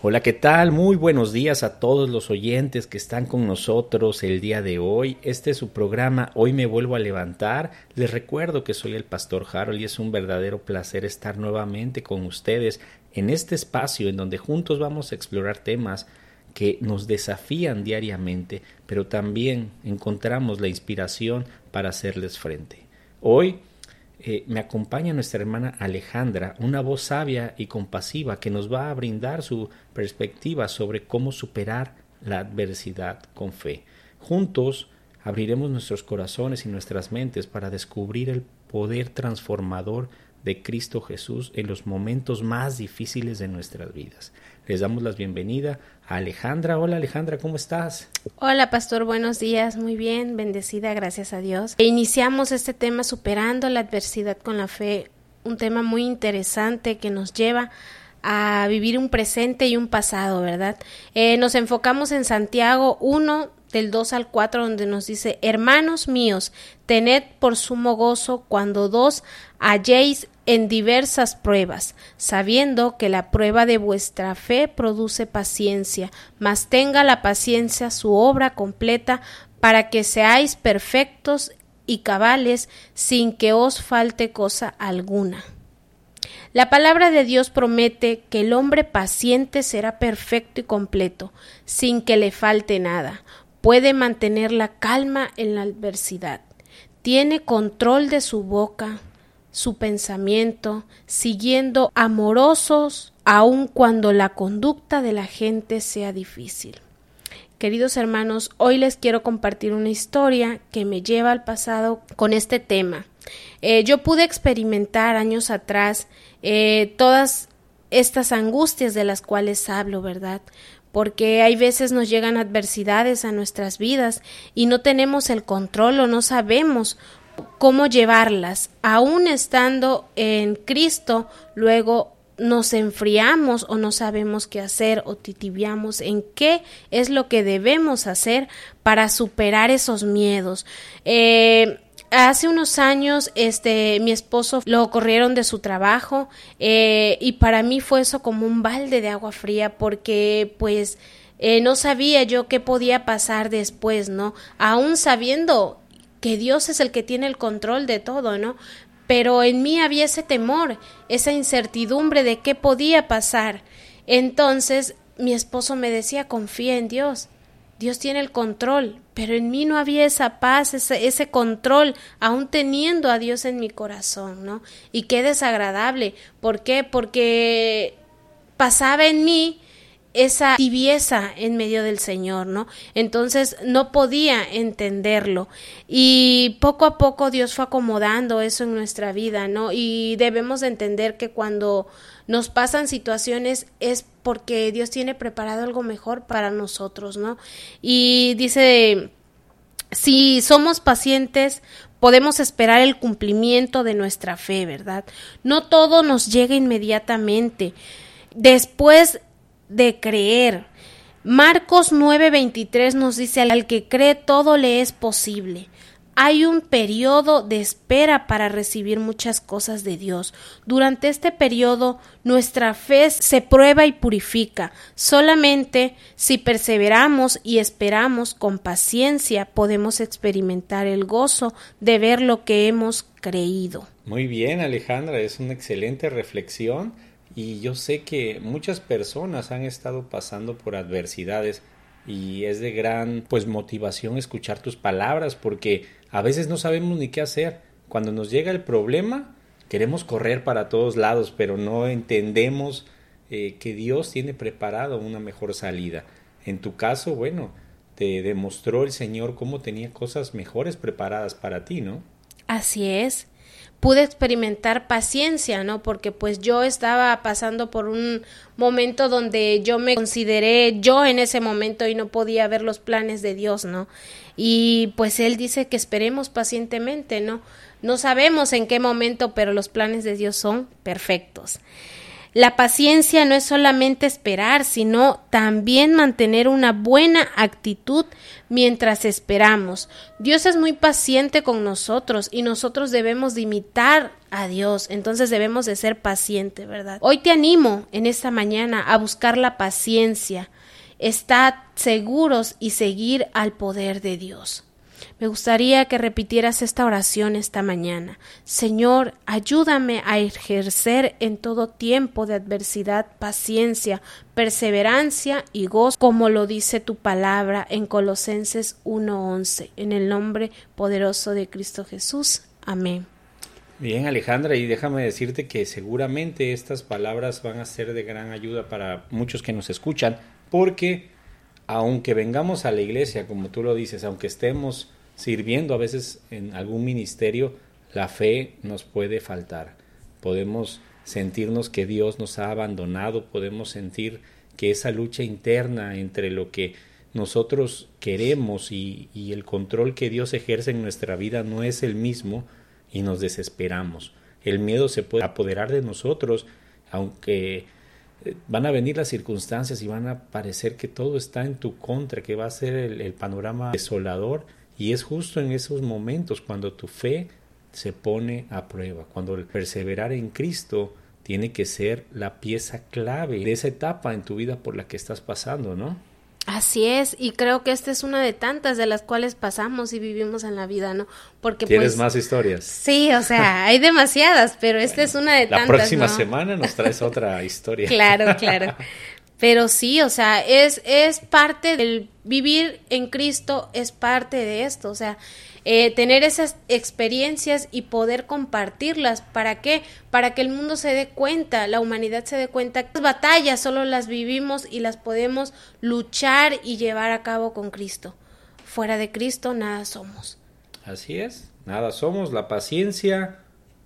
Hola, ¿qué tal? Muy buenos días a todos los oyentes que están con nosotros el día de hoy. Este es su programa Hoy me vuelvo a levantar. Les recuerdo que soy el Pastor Harold y es un verdadero placer estar nuevamente con ustedes en este espacio en donde juntos vamos a explorar temas que nos desafían diariamente, pero también encontramos la inspiración para hacerles frente. Hoy me acompaña nuestra hermana Alejandra, una voz sabia y compasiva que nos va a brindar su perspectiva sobre cómo superar la adversidad con fe. Juntos abriremos nuestros corazones y nuestras mentes para descubrir el poder transformador de Cristo Jesús en los momentos más difíciles de nuestras vidas. Les damos la bienvenida a Alejandra. Hola Alejandra, ¿cómo estás? Hola pastor, buenos días, muy bien, bendecida, gracias a Dios. Iniciamos este tema superando la adversidad con la fe, un tema muy interesante que nos lleva a vivir un presente y un pasado, ¿verdad? Nos enfocamos en Santiago 1, del 2 al 4, donde nos dice: hermanos míos, tened por sumo gozo cuando os halléis en diversas pruebas, sabiendo que la prueba de vuestra fe produce paciencia, mas tenga la paciencia su obra completa, para que seáis perfectos y cabales, sin que os falte cosa alguna. La palabra de Dios promete que el hombre paciente será perfecto y completo, sin que le falte nada. Puede mantener la calma en la adversidad. Tiene control de su boca, su pensamiento, siguiendo amorosos aun cuando la conducta de la gente sea difícil. Queridos hermanos, hoy les quiero compartir una historia que me lleva al pasado con este tema. Yo pude experimentar años atrás todas estas angustias de las cuales hablo, ¿verdad? Porque hay veces nos llegan adversidades a nuestras vidas y no tenemos el control o no sabemos cómo llevarlas. Aún estando en Cristo, luego nos enfriamos o no sabemos qué hacer o titibiamos en qué es lo que debemos hacer para superar esos miedos. Hace unos años mi esposo lo corrieron de su trabajo y para mí fue eso como un balde de agua fría porque pues no sabía yo qué podía pasar después, ¿no? Aún sabiendo que Dios es el que tiene el control de todo, ¿no? Pero en mí había ese temor, esa incertidumbre de qué podía pasar. Entonces mi esposo me decía: confía en Dios. Dios tiene el control, pero en mí no había esa paz, ese control, aún teniendo a Dios en mi corazón, ¿no? Y qué desagradable. ¿Por qué? Porque pasaba en mí esa tibieza en medio del Señor, ¿no? Entonces no podía entenderlo y poco a poco Dios fue acomodando eso en nuestra vida, ¿no? Y debemos de entender que cuando nos pasan situaciones es porque Dios tiene preparado algo mejor para nosotros, ¿no? Y dice: si somos pacientes, podemos esperar el cumplimiento de nuestra fe, ¿verdad? No todo nos llega inmediatamente. Después de creer. Marcos 9:23 nos dice: al que cree todo le es posible. Hay un periodo de espera para recibir muchas cosas de Dios. Durante este periodo nuestra fe se prueba y purifica. Solamente si perseveramos y esperamos con paciencia podemos experimentar el gozo de ver lo que hemos creído. Muy bien, Alejandra, es una excelente reflexión. Y yo sé que muchas personas han estado pasando por adversidades y es de gran motivación escuchar tus palabras porque a veces no sabemos ni qué hacer. Cuando nos llega el problema queremos correr para todos lados, pero no entendemos que Dios tiene preparado una mejor salida. En tu caso, te demostró el Señor cómo tenía cosas mejores preparadas para ti, ¿no? Así es. Pude experimentar paciencia, ¿no? Porque pues yo estaba pasando por un momento donde yo me consideré yo en ese momento y no podía ver los planes de Dios, ¿no? Y pues Él dice que esperemos pacientemente, ¿no? No sabemos en qué momento, pero los planes de Dios son perfectos. La paciencia no es solamente esperar, sino también mantener una buena actitud mientras esperamos. Dios es muy paciente con nosotros y nosotros debemos de imitar a Dios, entonces debemos de ser pacientes, ¿verdad? Hoy te animo en esta mañana a buscar la paciencia, estar seguros y seguir al poder de Dios. Me gustaría que repitieras esta oración esta mañana. Señor, ayúdame a ejercer en todo tiempo de adversidad paciencia, perseverancia y gozo, como lo dice tu palabra en Colosenses 1:11. En el nombre poderoso de Cristo Jesús. Amén. Bien, Alejandra, y déjame decirte que seguramente estas palabras van a ser de gran ayuda para muchos que nos escuchan, porque aunque vengamos a la iglesia, como tú lo dices, aunque estemos sirviendo a veces en algún ministerio, la fe nos puede faltar. Podemos sentirnos que Dios nos ha abandonado, podemos sentir que esa lucha interna entre lo que nosotros queremos y el control que Dios ejerce en nuestra vida no es el mismo y nos desesperamos. El miedo se puede apoderar de nosotros, aunque van a venir las circunstancias y van a parecer que todo está en tu contra, que va a ser el panorama desolador. Y es justo en esos momentos cuando tu fe se pone a prueba, cuando el perseverar en Cristo tiene que ser la pieza clave de esa etapa en tu vida por la que estás pasando, ¿no? Así es, y creo que esta es una de tantas de las cuales pasamos y vivimos en la vida, ¿no? Porque ¿Tienes más historias? Sí, o sea, hay demasiadas, pero esta es una de tantas, la próxima ¿no? semana nos traes otra historia. Claro, claro. Pero sí, o sea, es parte del vivir en Cristo, es parte de esto, o sea, tener esas experiencias y poder compartirlas. ¿Para qué? Para que el mundo se dé cuenta, la humanidad se dé cuenta que las batallas solo las vivimos y las podemos luchar y llevar a cabo con Cristo. Fuera de Cristo nada somos. Así es, nada somos. La paciencia,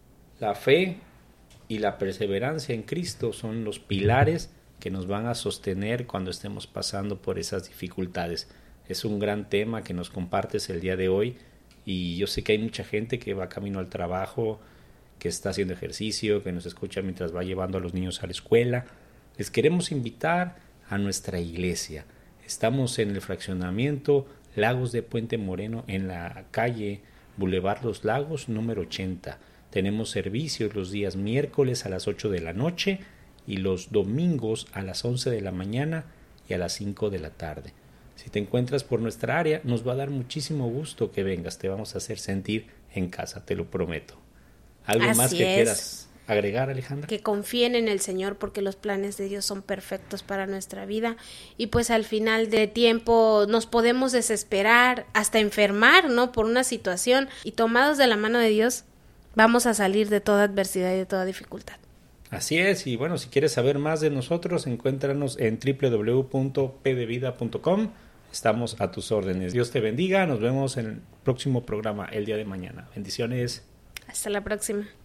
la fe y la perseverancia en Cristo son los pilares que nos van a sostener cuando estemos pasando por esas dificultades. Es un gran tema que nos compartes el día de hoy y yo sé que hay mucha gente que va camino al trabajo, que está haciendo ejercicio, que nos escucha mientras va llevando a los niños a la escuela. Les queremos invitar a nuestra iglesia. Estamos en el fraccionamiento Lagos de Puente Moreno, en la calle Boulevard Los Lagos, número 80. Tenemos servicios los días miércoles a las 8 de la noche y los domingos a las 11 de la mañana y a las 5 de la tarde. Si te encuentras por nuestra área, nos va a dar muchísimo gusto que vengas. Te vamos a hacer sentir en casa, te lo prometo. ¿Algo más que quieras agregar, Alejandra? Que confíen en el Señor, porque los planes de Dios son perfectos para nuestra vida, y pues al final de tiempo nos podemos desesperar, hasta enfermar, ¿no? Por una situación, y tomados de la mano de Dios vamos a salir de toda adversidad y de toda dificultad. Así es, y bueno, si quieres saber más de nosotros, encuéntranos en www.pdevida.com. Estamos a tus órdenes. Dios te bendiga, nos vemos en el próximo programa el día de mañana. Bendiciones. Hasta la próxima.